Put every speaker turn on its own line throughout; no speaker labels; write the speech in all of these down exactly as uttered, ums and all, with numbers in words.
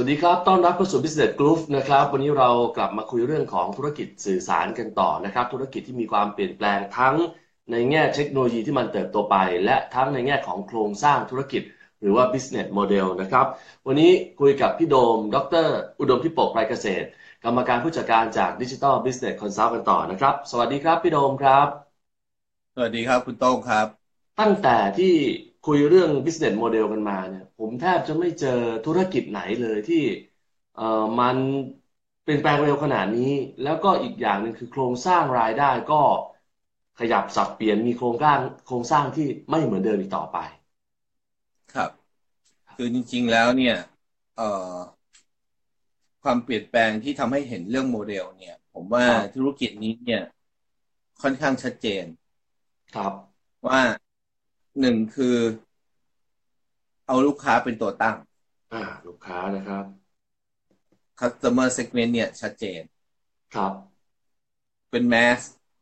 ดีครับต้อนรับเข้าสู่ Business Group นะครับวันนี้เรากลับมาคุยเรื่องของธุรกิจสื่อสารกันต่อนะครับธุรกิจที่มีความเปลี่ยนแปลงทั้งในแง่เทคโนโลยีที่มันเติบโตไปและทั้งในแง่ของโครงสร้างธุรกิจหรือว่า Business Model นะครับวันนี้คุยกับพี่โดมดรอุดมพิปกไพรเกษตรกรรมการผู้จัดการจาก Digital Business Consult กันต่อนะครับสวัสดีครับพี่โดมครับ
สวัสดีครับคุณโต้งครับ
ตั้งแต่ที่คุยเรื่อง business model กันมาเนี่ยผมแทบจะไม่เจอธุรกิจไหนเลยที่เอ่อมันเปลี่ยนแปลงเร็วขนาดนี้แล้วก็อีกอย่างหนึ่งคือโครงสร้างรายได้ก็ขยับสับเปลี่ยนมีโครงสร้างโครงสร้างที่ไม่เหมือนเดิมอีกต่อไป
ครับคือจริงๆแล้วเนี่ยเอ่อความเปลี่ยนแปลงที่ทำให้เห็นเรื่องโมเดลเนี่ยผมว่า
ครับ
ธุรกิจนี้เนี่ยค่อนข้างชัดเจน
ครับ
ว่าหนึ่งคือเอาลูกค้าเป็นตัวตั้ง
อ่าลูกค้านะครับ
customer segment เนี่ยชัดเจน
ครับ
เป็น mass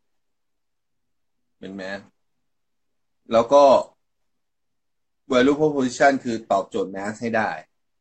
เป็น mass แล้วก็ value proposition คือตอบโจทย์ mass ให้ได้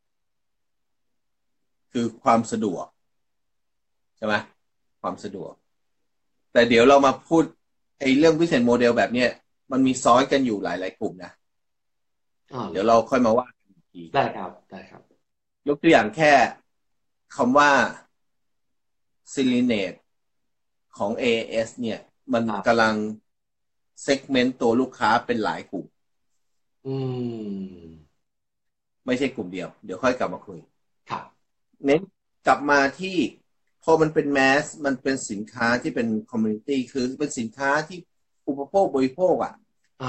คือความสะดวกใช่ไหมความสะดวกแต่เดี๋ยวเรามาพูดไอ้เรื่อง business model แบบเนี้ยมันมีซ้อนกันอยู่หลายๆกลุ่มนะ
อ่าเหร
เดี๋ยวเรา
อ
ค่อยมาว่ากันอีกที
ได้ครับได้ครับ
ยกตัวอย่างแค่คำว่า Selenate ของ เอ เอ เอส เนี่ยมัน
ครับ
กำลัง segment ตัวลูกค้าเป็นหลายกลุ่ม
อืม
ไม่ใช่กลุ่มเดียวเดี๋ยวค่อยกลับมาคุย
ครับ
เน้นกลับมาที่พอมันเป็นแมสมันเป็นสินค้าที่เป็นคอมมูนิตี้คือเป็นสินค้าที่อุปโภคบริโภคอ่ะ
อ่า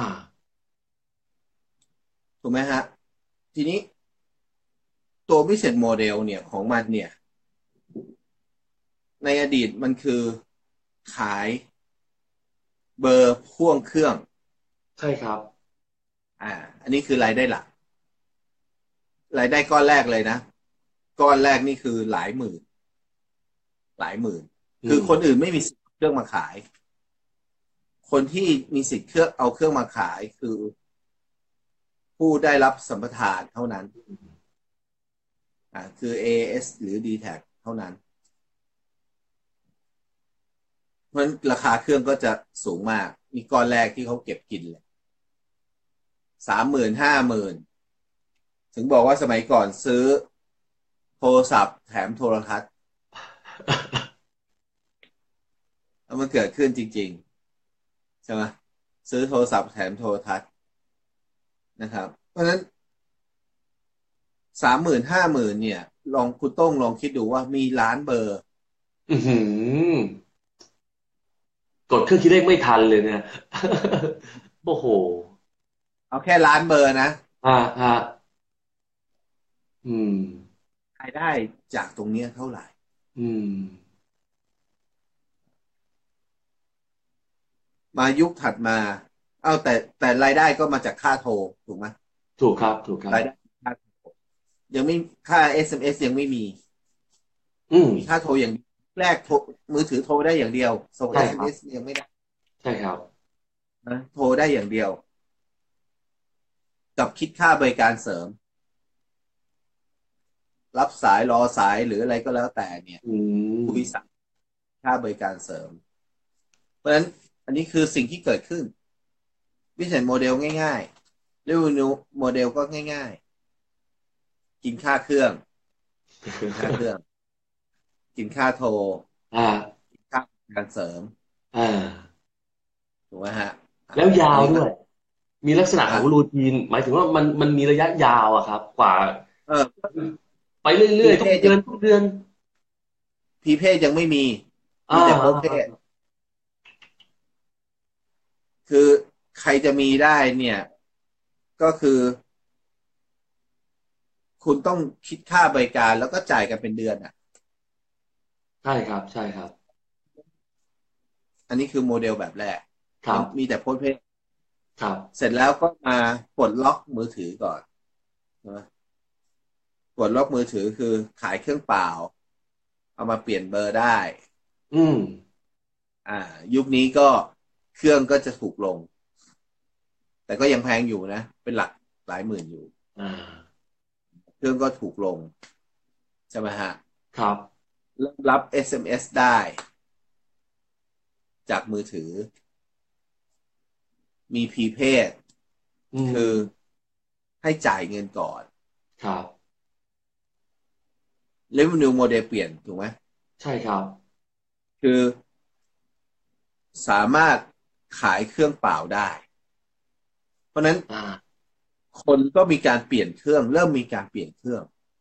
ถูกไหมฮะทีนี้ตัว business model เนี่ยของมันเนี่ยในอดีตมันคือขายเบอร์พ่วงเครื่อง
ใช่ครับ
อ่าอันนี้คือรายได้หลักรายได้ก้อนแรกเลยนะก้อนแรกนี่คือหลายหมื่นหลายหมื่น
อืม
คือคนอื่นไม่มีสิทธิ์เครื่องมาขายคนที่มีสิทธิ์เครื่องเอาเครื่องมาขายคือผู้ได้รับสัมปทานเท่านั้นอ่าคือ เอ เอ เอส หรือ ดี แท็ก เท่านั้นเพราะฉะนั้นราคาเครื่องก็จะสูงมากนี่ก้อนแรกที่เขาเก็บกินเลยสามหมื่นห้าหมื่นถึงบอกว่าสมัยก่อนซื้อโทรศัพท์แถมโทรทัศน์แล้วมันเกิดขึ้นจริงๆใช่ไหมซื้อโทรศัพท์แถมโทรทัศน์นะครับเพราะฉะนั้นสามหมื่นห้าหมื่นเนี่ยลองคุณต้องลองคิดดูว่ามีล้านเบอร์
อือหือกดเครื่องคิดเลขไม่ทันเลยเนี่ยโอ้โห
เอาแค่ล้านเบอร์นะ
อ่าฮะอืม
รายได้จากตรงเนี้ยเท่าไหร่
อืม
มายุคถัดมาเอาแต่แต่รายได้ก็มาจากค่าโทรถูกไหม
ถูกครับถูกครับ
รายได้ค่าโทรยังไม่ค่า เอส เอ็ม เอส ยังไม่มี
อืม
มีค่าโทรอย่างแรกโทรมือถือโทรได้อย่างเดียวส่ง
ใช่ครับ
เอส เอ็ม เอส ยังไม่ได้
ใช่ครับ
นะโทรได้อย่างเดียวกับคิดค่าบริการเสริมรับสายรอสายหรืออะไรก็แล้วแต่เนี่ย
อืม
คุยสั่งค่าบริการเสริมเพราะฉะนั้นอันนี้คือสิ่งที่เกิดขึ้น business model ง่ายๆ revenue model ก็ง่ายๆกินค่าเครื่องกินค่าเครื่องกินค่าโทร
อ่า
กินค่าการเสริม
อ่า
ถูกไหมฮะอ่า
แล้วยา
อันนี้ก็
วด้วยมีลักษณะของรู
อ่า
ทีนหมายถึงว่ามันมันมีระยะยาวอะครับกว่า
เออ
ไปเรื่อยๆทุกเดื
พีเพศยัง
อนทุกเดือน
พีเพศยังไม่มี
อ่า
มีแต่โพ
อ่า
เพศ
อ่า
คือใครจะมีได้เนี่ยก็คือคุณต้องคิดค่าบริการแล้วก็จ่ายกันเป็นเดือนอ่ะ
ใช่ครับใช่ครับ
อันนี้คือโมเดลแบบแรก
ครับ
ยังมีแต่โพสเพศ
ครับ
เสร็จแล้วก็มาปลดล็อกมือถือก่อนนะปลดล็อกมือถือคือขายเครื่องเปล่าเอามาเปลี่ยนเบอร์ได้
อืม
อ่ายุคนี้ก็เครื่องก็จะถูกลงแต่ก็ยังแพงอยู่นะเป็นหลักหลายหมื่นอยู่
อ่า
เครื่องก็ถูกลงช่ไหมฮะ
ครับ
เริ่มรับ เอส เอ็ม เอส ได้จากมือถือมี prepaid
อืม
คือให้จ่ายเงินก่อน
ครับ
revenue model เปลี่ยนถูกไหม
ใช่ครับ
คือสามารถขายเครื่องเปล่าได้ เพราะนั้น
อ่า
คนก็มีการเปลี่ยนเครื่องเริ่มมีการเปลี่ยนเครื่อง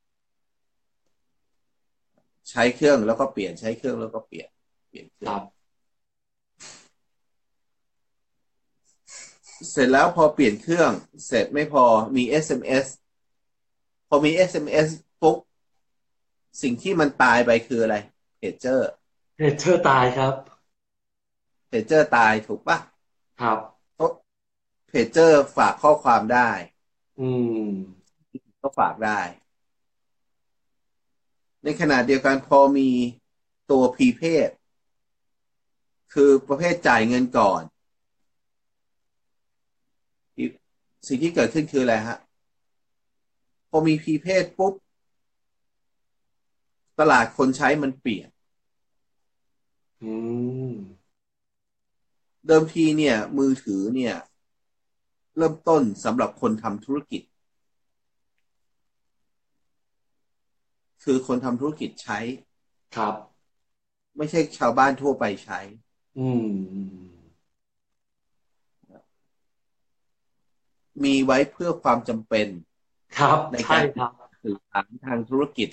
ใช้เครื่องแล้วก็เปลี่ยนใช้เครื่องแล้วก็เปลี่ยนเปลี่ยนเครื่อง
ครับ
เสร็จแล้วพอเปลี่ยนเครื่องเสร็จไม่พอมี เอส เอ็ม เอส พอมี เอส เอ็ม เอส ปุ๊บสิ่งที่มันตายไปคืออะไรเพจเจอร์
เพจเชอร์ตายครับ
เพจเจอร์ตายถูกปะ
ครับ
เพราะเพจเจอร์ฝากข้อความได้
อืม
ก็ฝากได้ในขณะเดียวกันพอมีตัว prepaid คือประเภทจ่ายเงินก่อนสิ่งที่เกิดขึ้นคืออะไรฮะพอมี prepaid ปุ๊บตลาดคนใช้มันเปลี่ยน
อืม
เดิมทีเนี่ยมือถือเนี่ยเริ่มต้นสำหรับคนทำธุรกิจคือคนทำธุรกิจใช้
ครับ
ไม่ใช่ชาวบ้านทั่วไปใช้
อืม
มีไว้เพื่อความจำเป็น
ครับ
ใน
ใช่
การ
ครับ
สื่อสารทางธุรกิจ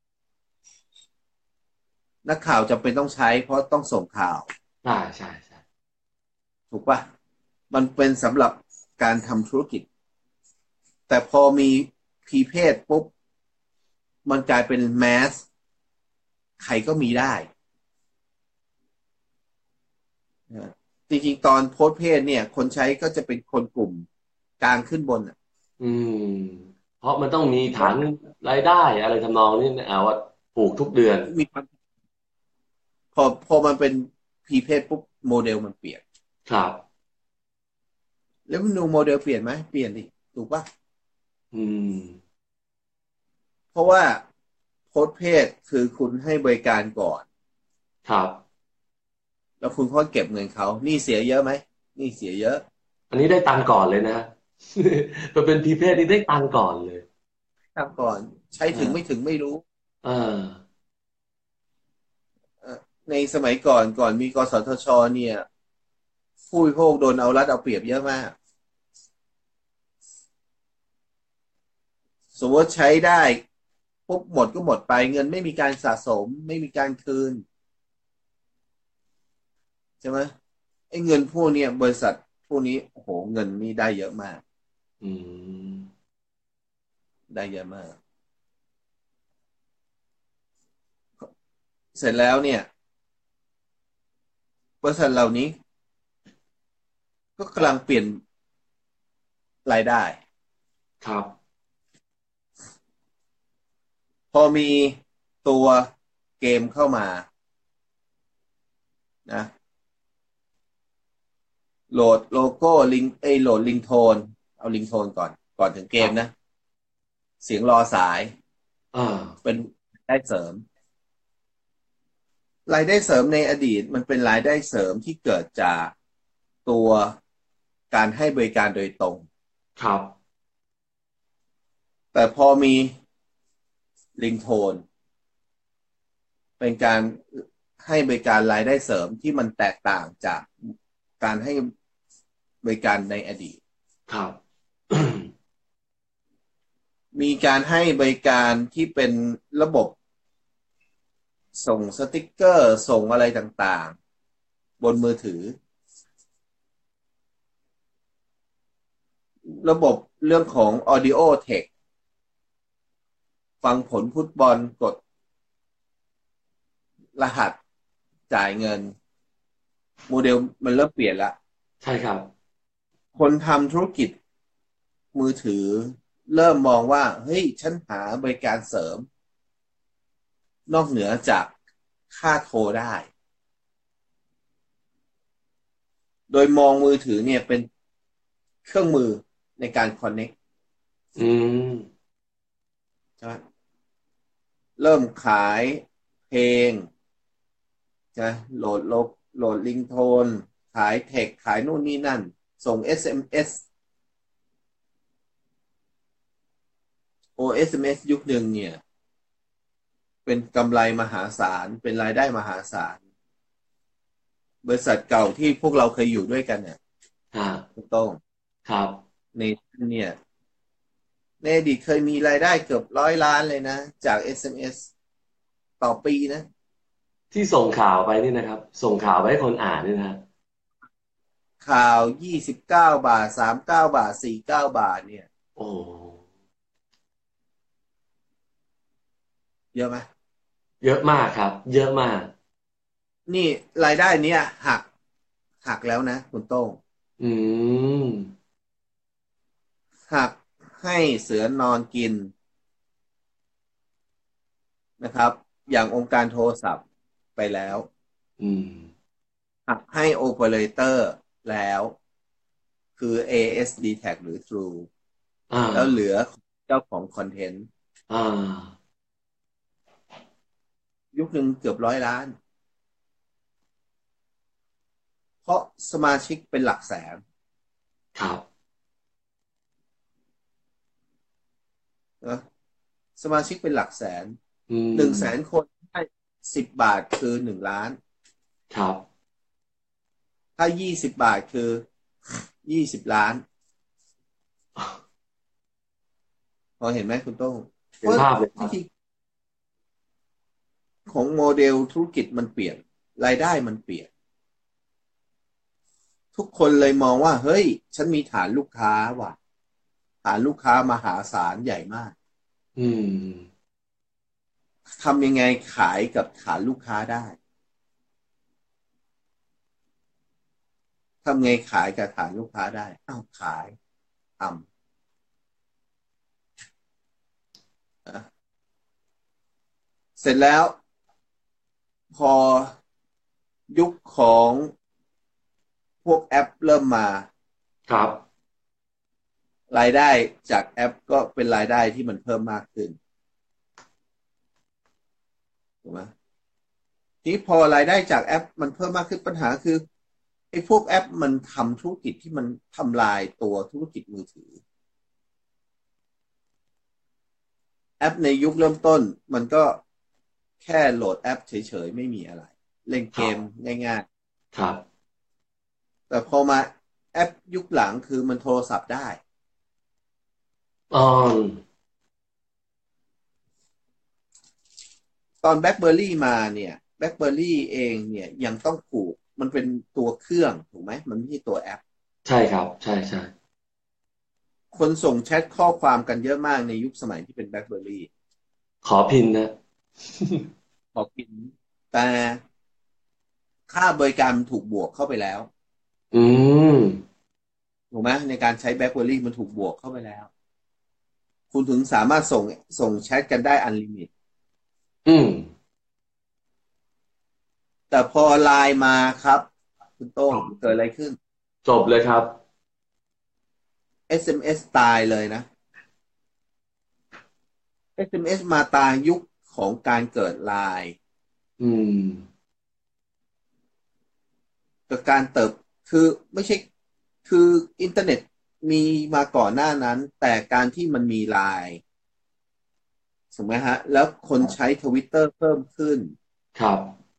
นักข่าวจำเป็นต้องใช้เพราะต้องส่งข่าว
ใช่ใช่ใช่
ถูกปะมันเป็นสำหรับการทำธุรกิจแต่พอมีพีเพศปุ๊บมันกลายเป็นแมสใครก็มีได้นะจริงๆตอนโพสเพศเนี่ยคนใช้ก็จะเป็นคนกลุ่มกลางขึ้นบนอ่ะ
อืมเพราะมันต้องมี
เพราะ
ฐานรายได้อะไรทำนองนี้นะเอาว่าผูกทุกเดือน
มีความพอพอมันเป็นพีเพศปุ๊บโมเดลมันเปลี่ยน
ครับ
แล้วมันดูโมเดลเปลี่ยนไหมเปลี่ยนดิถูกปะ
อืม
เพราะว่าโพสเพศคือคุณให้บริการก่อน
ครับ
แล้วคุณค่อยเก็บเงินเขานี่เสียเยอะไหมนี่เสียเยอะ
อันนี้ได้ตังค์ก่อนเลยนะฮะพอเป็นพรีเพศนี่ได้ตังค์ก่อนเลย
ทำก่อนใช้ถึงไม่
อ่า
ถึงไม่รู้
อ่า
ในสมัยก่อนก่อนมีกสทชเนี่ยผู้บริโภคโดนเอารัดเอาเปรียบเยอะมากสมมติใช้ได้ปุ๊บหมดก็หมดไปเงินไม่มีการสะสมไม่มีการคืนใช่ไหมไอ้เงินพวกเนี้ยบริษัทพวกนี้โอ้โหเงินนี่ได้เยอะมาก
อืม
ได้เยอะมากเสร็จแล้วเนี่ยบริษัทเหล่านี้ก็กำลังเปลี่ยนรายได้
ครับ
พอมีตัวเกมเข้ามานะโหลดโลโก้ลิงเอยโหลดลิงโทนเอาลิงโทนก่อนก่อนถึงเก
ครับ
มนะเสียงรอสาย
อ่า
เป็นได้เสริม รายได้เสริมในอดีตมันเป็นรายได้เสริมที่เกิดจากตัวการให้บริการโดยตรง
ครับ
แต่พอมีลิงโทนเป็นการให้บริการรายได้เสริมที่มันแตกต่างจากการให้บริการในอดีต
ครับ
มีการให้บริการที่เป็นระบบส่งสติกเกอร์ส่งอะไรต่างๆบนมือถือระบบเรื่องของ Audio Tech ฟังผลฟุตบอลกดรหัสจ่ายเงินโมเดลมันเริ่มเปลี่ยนละ
ใช่ครับ
คนทำธุรกิจมือถือเริ่มมองว่าเฮ้ยฉันหาบริการเสริมนอกเหนือจากค่าโทรได้โดยมองมือถือเนี่ยเป็นเครื่องมือในการ connect
อืม
ใช่ไหมเริ่มขายเพลงนะโหลดโหลดโหลดลิงโทนขายเทคขายนู่นนี่นั่นส่ง เอส เอ็ม เอส โอ เอส เอ็ม เอส ยุคหนึ่งเนี่ยเป็นกำไรมหาศาลเป็นรายได้มหาศาลบริษัทเก่าที่พวกเราเคยอยู่ด้วยกันเนี่ย
ฮะ
คุณโต้ง
ครับ
ในเนี่ยในอดีตเคยมีรายได้เกือบร้อยล้านเลยนะจาก เอส เอ็ม เอส ต่อปีนะ
ที่ส่งข่าวไปนี่นะครับส่งข่าวไปให้คนอ่านนี่นะฮะ
ข่าวยี่สิบเก้าบาทสามสิบเก้าบาทสี่สิบเก้าบาทเนี่ย
โอ้
เยอะไหม
เยอะมากครับเยอะมาก
นี่รายได้เนี้ยหักหักแล้วนะคุณโต้ง
อืม
หักให้เสือนอนกินนะครับอย่างองค์การโทรศัพท์ไปแล้ว
อืม
หักให้โอเปอเรเตอร์แล้วคือ เอ เอส ดี ที เอ ซี หรือ True
อ่
แล้วเหลื
า
อเจ้าของคอนเทนต์
อ่า
ยุคหนึ่งเกือบร้อยล้านเพราะสมาชิกเป็นหลักแสน
ครับ
นะสมาชิกเป็นหลักแสน
อื
หนึ่งแสน
ม
คนได้สิบบาทคือหนึ่งล้าน
ครับ
ถ้ายี่สิบบาทคือยี่สิบล้านพอเห็นไหมคุณโต้งเพ
เห็น
ราะ
ภาพเลยครับ
วิธีของโมเดลธุรกิจมันเปลี่ยนรายได้มันเปลี่ยนทุกคนเลยมองว่าเฮ้ยฉันมีฐานลูกค้าว่ะฐานลูกค้ามหาศาลใหญ่มาก
อืม
ทำยังไงขายกับฐานลูกค้าได้ทำไงขายกับฐานลูกค้าได้อ้าวขายทำนะเสร็จแล้วพอยุคของพวกแอปเริ่มมา
ครับ
รายได้จากแอปก็เป็นรายได้ที่มันเพิ่มมากขึ้นถูกไหมทีนี้พอรายได้จากแอปมันเพิ่มมากขึ้นปัญหาคือไอ้พวกแอปมันทำธุรกิจที่มันทำลายตัวธุรกิจมือถือแอปในยุคเริ่มต้นมันก็แค่โหลดแอปเฉยๆไม่มีอะไรเล่นเกม
ครับ
ง่าย
ครับ
ๆแต่พอมาแอปยุคหลังคือมันโทรศัพท์ได้
อ๋อ
ตอนแบล็คเบอร์รี่มาเนี่ยแบล็คเบอร์รี่เองเนี่ยยังต้องผูกมันเป็นตัวเครื่องถูกไหมมันไม่ใช่ตัวแอป
ใช่ครับใช่ใช่
คนส่งแชทข้อความกันเยอะมากในยุคสมัยที่เป็นแบล็คเบอร์รี่
ขอพินนะ
ขอกินแต่ค่าบริการมันถูกบวกเข้าไปแล้ว
อืม
ถูกไหมในการใช้แบล็คเบอร์รี่มันถูกบวกเข้าไปแล้วคุณถึงสามารถส่งส่งแชทกันได้อันลิมิต
อืม
แต่พอไลน์มาครับคุณโต้งเกิดอะไรขึ้น
จบเลยครับ
เอส เอ็ม เอส ตายเลยนะ เอส เอ็ม เอส มาตายยุคของการเกิดไลน์
อืม
กับการเติบคือไม่ใช่คืออินเทอร์เน็ตมีมาก่อนหน้านั้นแต่การที่มันมีไลน์ ถูกไหมฮะแล้วคนใช้ทวิตเตอร์เพิ่มขึ้น
ครับ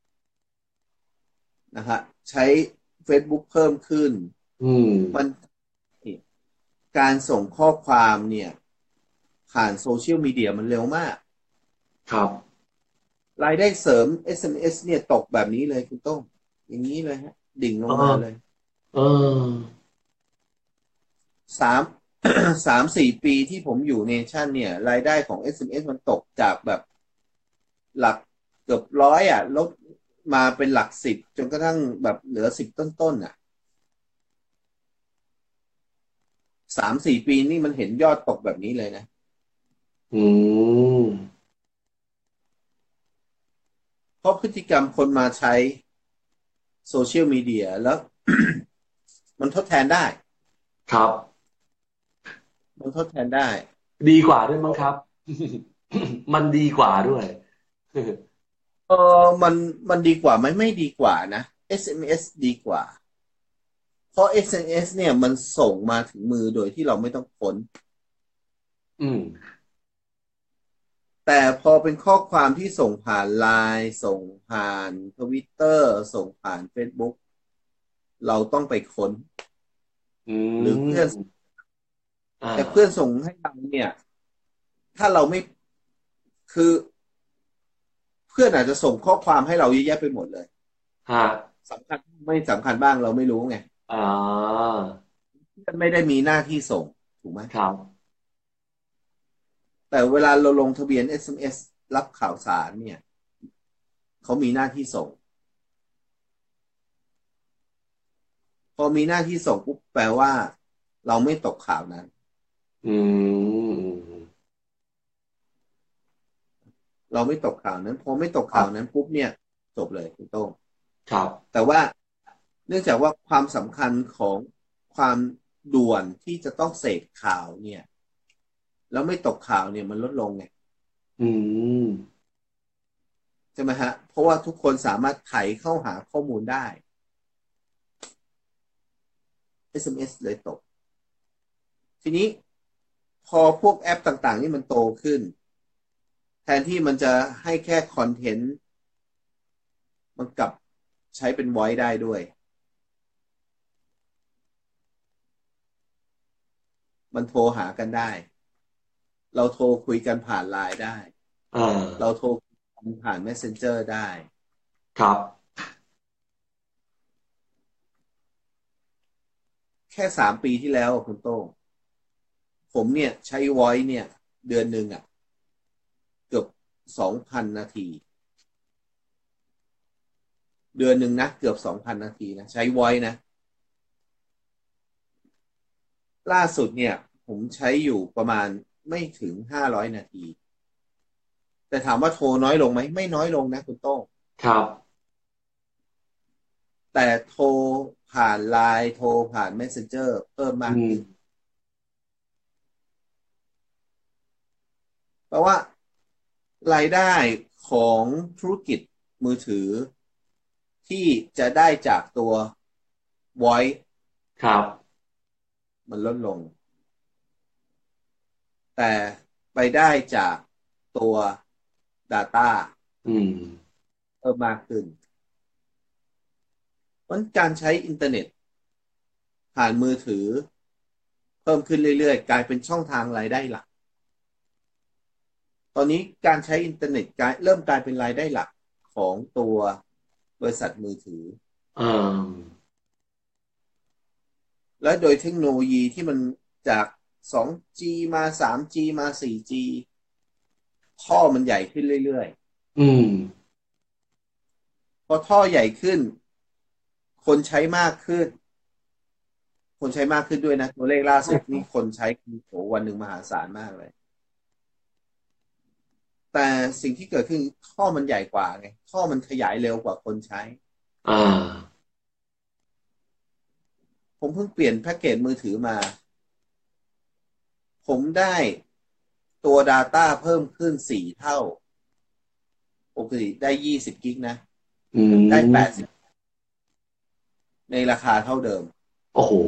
นะฮะใช้ Facebook เพิ่มขึ้น
อืม
มันการส่งข้อความเนี่ยผ่านโซเชียลมีเดียมันเร็วมาก
ครับ
รายได้เสริม เอส เอ็ม เอส เนี่ยตกแบบนี้เลยคุณโต้งอย่างนี้เลยฮะดิ่งล
เออ
งมาเลย
เออ
สามสามสี่ปีที่ผมอยู่เนชั่นเนี่ยรายได้ของ เอส เอ็ม เอส มันตกจากแบบหลักเกือบร้อยอ่ะลดมาเป็นหลักสิบจนกระทั่งแบบเหลือสิบต้นๆอ่ะ สามสี่ปีนี่มันเห็นยอดตกแบบนี้เลยนะ
อืม
เพราะพฤติกรรมคนมาใช้โซเชียลมีเดียแล้วมันทดแทนได้
ครับ
มันทดแทนได้
ดีกว่าด้วยมั้งครับมันดีกว่าด้วย
เออมันมันดีกว่าไหมไม่ดีกว่านะ เอส เอ็ม เอส ดีกว่าเพราะ เอส เอ็ม เอส เอสเอ็มเอสเนี่ยมันส่งมาถึงมือโดยที่เราไม่ต้องค้น
อืม
แต่พอเป็นข้อความที่ส่งผ่านไลน์ส่งผ่านทวิตเตอร์ส่งผ่าน เฟซบุ๊ก เราต้องไปค้น
อื
หรือเพื่อน
มอ่
แต่เพื่อน
า
ส่งให้เราเนี่ยถ้าเราไม่คือเพื่อนอาจจะส่งข้อความให้เราเยอะแยะไปหมดเลย
ฮะ
สำคัญไม่สำคัญบ้างเราไม่รู้ไง
อ่า
เพื่อนไม่ได้มีหน้าที่ส่งถูกไหม
ครับ
แต่เวลาเราลงทะเบียน เอส เอ็ม เอส รับข่าวสารเนี่ยเขามีหน้าที่ส่งพอมีหน้าที่ส่งปุ๊บแปลว่าเราไม่ตกข่าวนั้น
อืม
เราไม่ตกข่าวนั้นพอไม่ตกข่าวนั้น
ครับ
ปุ๊บเนี่ยจบเลยคุณโต้ง
ครับ
แต่ว่าเนื่องจากว่าความสำคัญของความด่วนที่จะต้องเสพข่าวเนี่ยแล้วไม่ตกข่าวเนี่ยมันลดลงไง
อืม
ใช่ไหมฮะเพราะว่าทุกคนสามารถไถเข้าหาข้อมูลได้ เอส เอ็ม เอส เอสเลยตกทีนี้พอพวกแอปต่างๆนี่มันโตขึ้นแทนที่มันจะให้แค่คอนเทนต์มันกลับใช้เป็น voice ได้ด้วยมันโทรหากันได้เราโทรคุยกันผ่านไลน์ได้
อ่
เรา
า
โทรคุยกันผ่าน messenger ได้
ครับ
แค่สามปีที่แล้วคุณโต้งผมเนี่ยใช้ voice เนี่ยเดือนหนึ่งอ่ะเกือบสองพันนาทีเดือนหนึ่งนะเกือบสองพันนาทีนะใช้ voice นะล่าสุดเนี่ยผมใช้อยู่ประมาณไม่ถึงห้าร้อยนาทีแต่ถามว่าโทรน้อยลงไหมไม่น้อยลงนะคุณโต้ง
ครับ
แต่โทรผ่านไลน์โทรผ่าน Messenger เพิ่ม
อื
มากขึ้น
ม
เพราะว่ารายได้ของธุรกิจมือถือที่จะได้จากตัว Voice
ครับ
มันลดลงแต่ไปได้จากตัว Data
อืม
เพิ่มมากขึ้นเพราะการใช้อินเทอร์เน็ตผ่านมือถือเพิ่มขึ้นเรื่อยๆกลายเป็นช่องทางรายได้หลักตอนนี้การใช้อินเทอร์เน็ตกลายเริ่มกลายเป็นรายได้หลักของตัวบริษัทมือถือ
อ่า
และโดยเทคโนโลยีที่มันจาก ทู จี มา ทรี จี มา โฟร์ จี ท่อมันใหญ่ขึ้นเรื่อย
อืม
ๆพอท่อใหญ่ขึ้นคนใช้มากขึ้นคนใช้มากขึ้นด้วยนะตัวเลขล่าสุดนี่คนใช้โหวันหนึ่งมหาศาลมากเลยแต่สิ่งที่เกิดขึ้นท่อมันใหญ่กว่าไงท่อมันขยายเร็วกว่าคนใช้
อ่า
ผมเพิ่งเปลี่ยนแพ็กเกจมือถือมาผมได้ตัว Data เพิ่มขึ้นสี่เท่าปกติได้ยี่สิบกิกนะ
อื
ได้แปดสิบ
ม
ในราคาเท่าเดิม
โอ้โห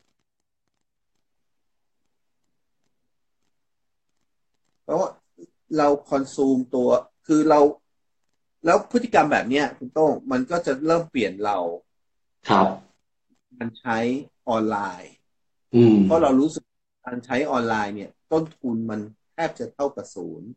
เพราะว่าเราคอนซูมตัวคือเราแล้วพฤติกรรมแบบเนี้ยคุณโต้งมันก็จะเริ่มเปลี่ยนเรา
ครับ
การใช้ออนไลน์
อืม
เพราะเรารู้สึกการใช้ออนไลน์เนี่ยต้นทุนมันแทบจะเท่ากับศูนย์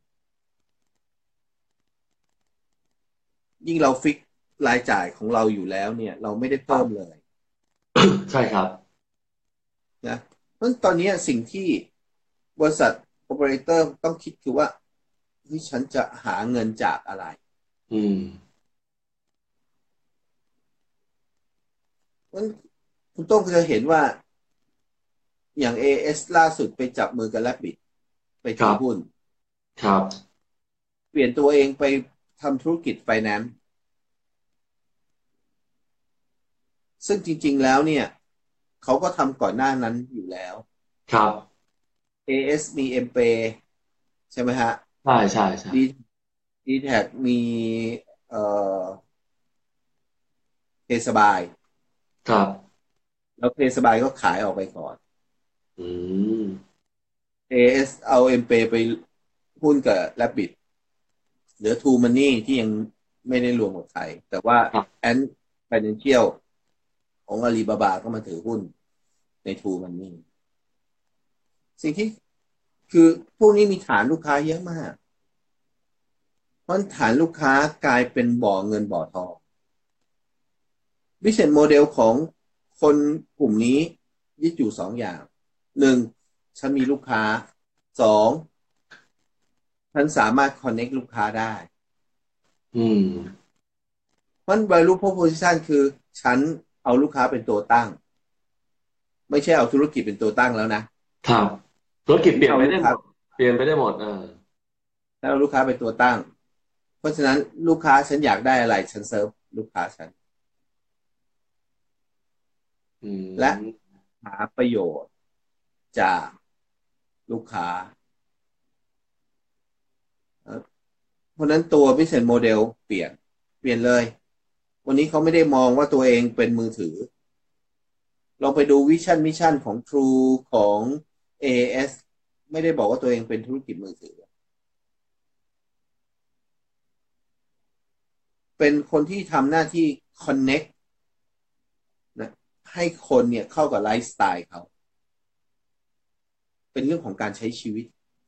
ยิ่งเราฟิกรายจ่ายของเราอยู่แล้วเนี่ยเราไม่ได้
ครั
เพิ่มเล
บ
ย
ใช่ครับ
นะเพราะตอนนี้สิ่งที่บริษัทโอเปอเรเตอร์ต้องคิดคือว่าเฮ้ยฉันจะหาเงินจากอะไร
อืม
เพราะคุณโต้งจะเห็นว่าอย่าง เอ เอส ล่าสุดไปจับมือกับ Rabbit ไป
ครับ
ถือหุ้น
ครับ
เปลี่ยนตัวเองไปทำธุรกิจไฟแนนซ์ซึ่งจริงๆแล้วเนี่ยเขาก็ทำก่อนหน้านั้นอยู่แล้ว
ครับ
เอ เอส มี M-Pay ใช่ไหมฮะ
ใช่ใช่ใช่
ดีดีแท็กมีเอ่อเพย์สบาย
ครับ
แล้วเพย์สบายก็ขายออกไปก่อน
อืม
เอ เอส เอา เอ็ม เพย์ ไปหุ้นกับ Rabbit เหลือ True Money ที่ยังไม่ได้รวมกับใครแต่ว่า
ครับ
Ant Financial ของอาลีบาบาก็มาถือหุ้นใน True Money สิ่งที่คือพวกนี้มีฐานลูกค้าเยอะมากเพราะฐานลูกค้ากลายเป็นบ่อเงินบ่อทอง Business Model ของคนกลุ่มนี้ยึดอยู่สองอย่างหนึ่งฉันมีลูกค้าสองฉันสามารถ connect ลูกค้าได้
อืม
เพราะ value proposition คือฉันเอาลูกค้าเป็นตัวตั้งไม่ใช่เอาธุรกิจเป็นตัวตั้งแล้วนะครับ
ธุรกิจ
ฉัน
เปลี่ยน
เอาลูกค้า
ไปได้หมดเปลี่ยนไปได้หมดเออ
ฉันเอาลูกค้าเป็นตัวตั้งเพราะฉะนั้นลูกค้าฉันอยากได้อะไรฉันเซิร์ฟลูกค้าฉัน
อื
และ
ม
หาประโยชน์จากลูกค้าเพราะฉะนั้นตัว business model เปลี่ยนเปลี่ยนเลยวันนี้เขาไม่ได้มองว่าตัวเองเป็นมือถือลองไปดูวิชั่นมิชชั่นของ True ของ เอ เอส ไม่ได้บอกว่าตัวเองเป็นธุรกิจมือถือเป็นคนที่ทำหน้าที่ connect นะให้คนเนี่ยเข้ากับไลฟ์สไตล์เขาเป็นเรื่องของการใช้ชีวิต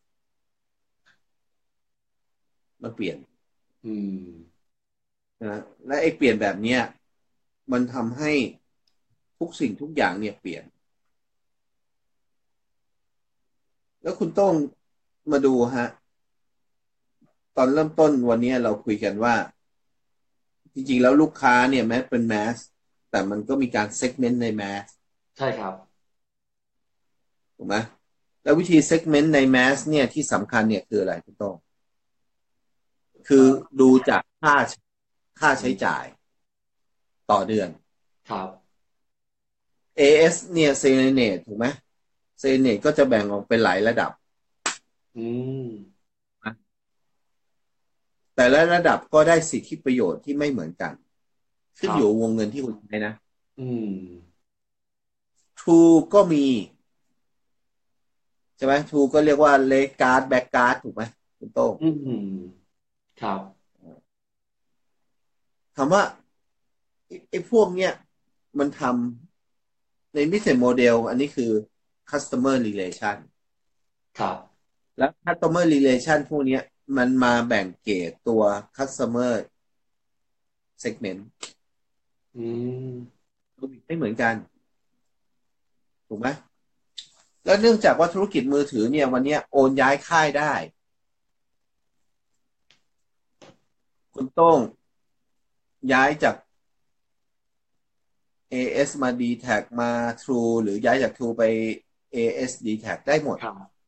มันเปลี่ยน
อืม
นะและไอ้เปลี่ยนแบบเนี้ยมันทำให้ทุกสิ่งทุกอย่างเนี่ยเปลี่ยนแล้วคุณต้องมาดูฮะตอนเริ่มต้นวันนี้เราคุยกันว่าจริงๆแล้วลูกค้าเนี่ยแม้เป็นแมสแต่มันก็มีการเซกเมนต์ในแมส
ใช่ครับ
ถูกไหมแล้ววิธีเซกเมนต์ในแมสเนี่ยที่สำคัญเนี่ยคืออะไรคุณต้องคือดูจากค่าค่า
อืม
ใช้จ่ายต่อเดือน
ครับ
เอ เอส เนี่ยเซเนตถูกไหมเซเนตก็จะแบ่งออกเป็นหลายระดับ
อืม
แต่ละระดับก็ได้สิทธิประโยชน์ที่ไม่เหมือนกัน
ค
ขึ้น
รับ
อยู่วงเงินที่คุณใช้นะ
อืม
True ก็มีใช่ไหม True ก็เรียกว่า Red Card Back Card ถูกไหมคุณโต้ง
อืมครับ
ถามว่าไอ้ไอ้พวกเนี้ยมันทำใน business model อันนี้คือ customer relation
ครับ
แล้ว customer relation พวกเนี้ยมันมาแบ่งเกรดตัว customer segment
อืม
ไม่เหมือนกันถูกไหมแล้วเนื่องจากว่าธุรกิจมือถือเนี่ยวันนี้โอนย้ายค่ายได้คุณโต้งย้ายจาก เอ เอส มา ดี แท็ก มา True หรือย้ายจาก True ไป เอ เอส ดี แท็ก ได้หมด
ครับ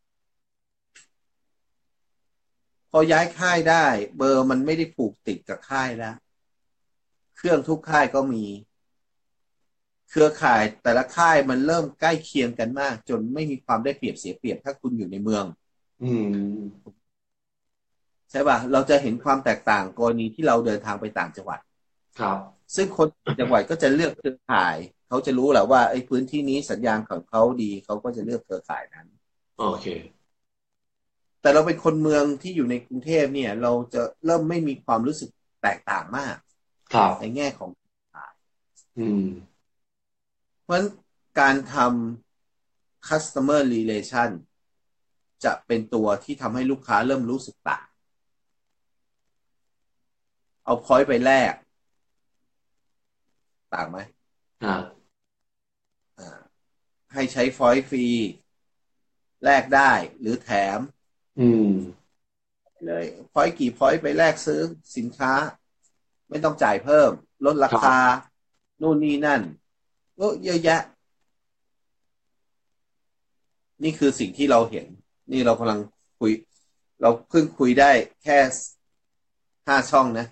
พอย้ายค่ายได้เบอร์มันไม่ได้ผูกติดกับค่ายแล้วเครื่องทุกค่ายก็มีเครือข่ายแต่ละค่ายมันเริ่มใกล้เคียงกันมากจนไม่มีความได้เปรียบเสียเปรียบถ้าคุณอยู่ในเมือง
อืม
ใช่ป่ะเราจะเห็นความแตกต่างกรณีที่เราเดินทางไปต่างจังหวัด
ครับ
ซึ่งคนจังหวัดก็จะเลือกเครือข่ายเขาจะรู้แหละว่าไอ้พื้นที่นี้สัญญาณของเขาดีเขาก็จะเลือกเครือข่ายนั้น
โอเค
แต่เราเป็นคนเมืองที่อยู่ในกรุงเทพเนี่ยเราจะเริ่มไม่มีความรู้สึกแตกต่างมาก
ครับ
ในแง่ของ
อืม
เพราะฉะนั้นการทำ customer relation จะเป็นตัวที่ทำให้ลูกค้าเริ่มรู้สึกต่างเอา point ไปแลกต่างไหม
ครับ
ให้ใช้ point ฟรีแลกได้หรือแถม
อืม
เลยพอยต์กี่พอยต์ไปแลกซื้อสินค้าไม่ต้องจ่ายเพิ่มลดราคา
ครับ
นู่นนี่นั่นก็เยอะแยะนี่คือสิ่งที่เราเห็นนี่เรากำลังคุยเราเพิ่งคุยได้แค่ห้าช่องนะ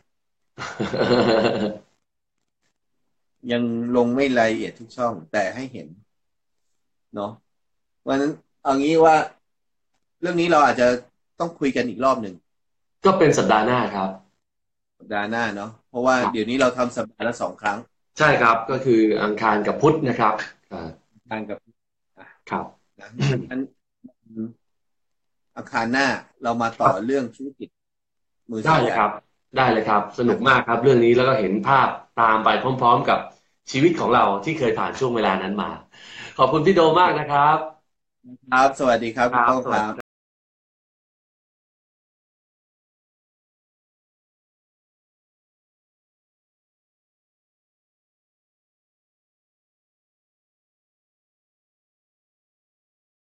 ยังลงไม่รายละเอียดทุกช่องแต่ให้เห็นเนาะวันนั้นเอางี้ว่าเรื่องนี้เราอาจจะต้องคุยกันอีกรอบหนึ่ง
ก็เป็นสัปดาห์หน้าครับ
สัปดาห์หน้าเนาะเพราะว่า
ครับ
เดี๋ยวนี้เราทำสัปดาห์ละสองครั้ง
ใช่ครับก็คืออังคารกับพุธนะครับอ่า
ทานกับอ่ะ
ครับ
นะงั้นอังคารหน้าเรามาต่อเรื่องธุรกิจมือถือกัน
ได้เลยครับได้เลยครับสนุก
นะ
มากครับเรื่องนี้แล้วก็เห็นภาพตามไปพร้อมๆกับชีวิตของเราที่เคยผ่านช่วงเวลานั้นมาขอบคุณพี่โดมากนะครับ
ครับสวัสดีครับ
ครับ
คุณโต้ง
สวัสดี
ครับ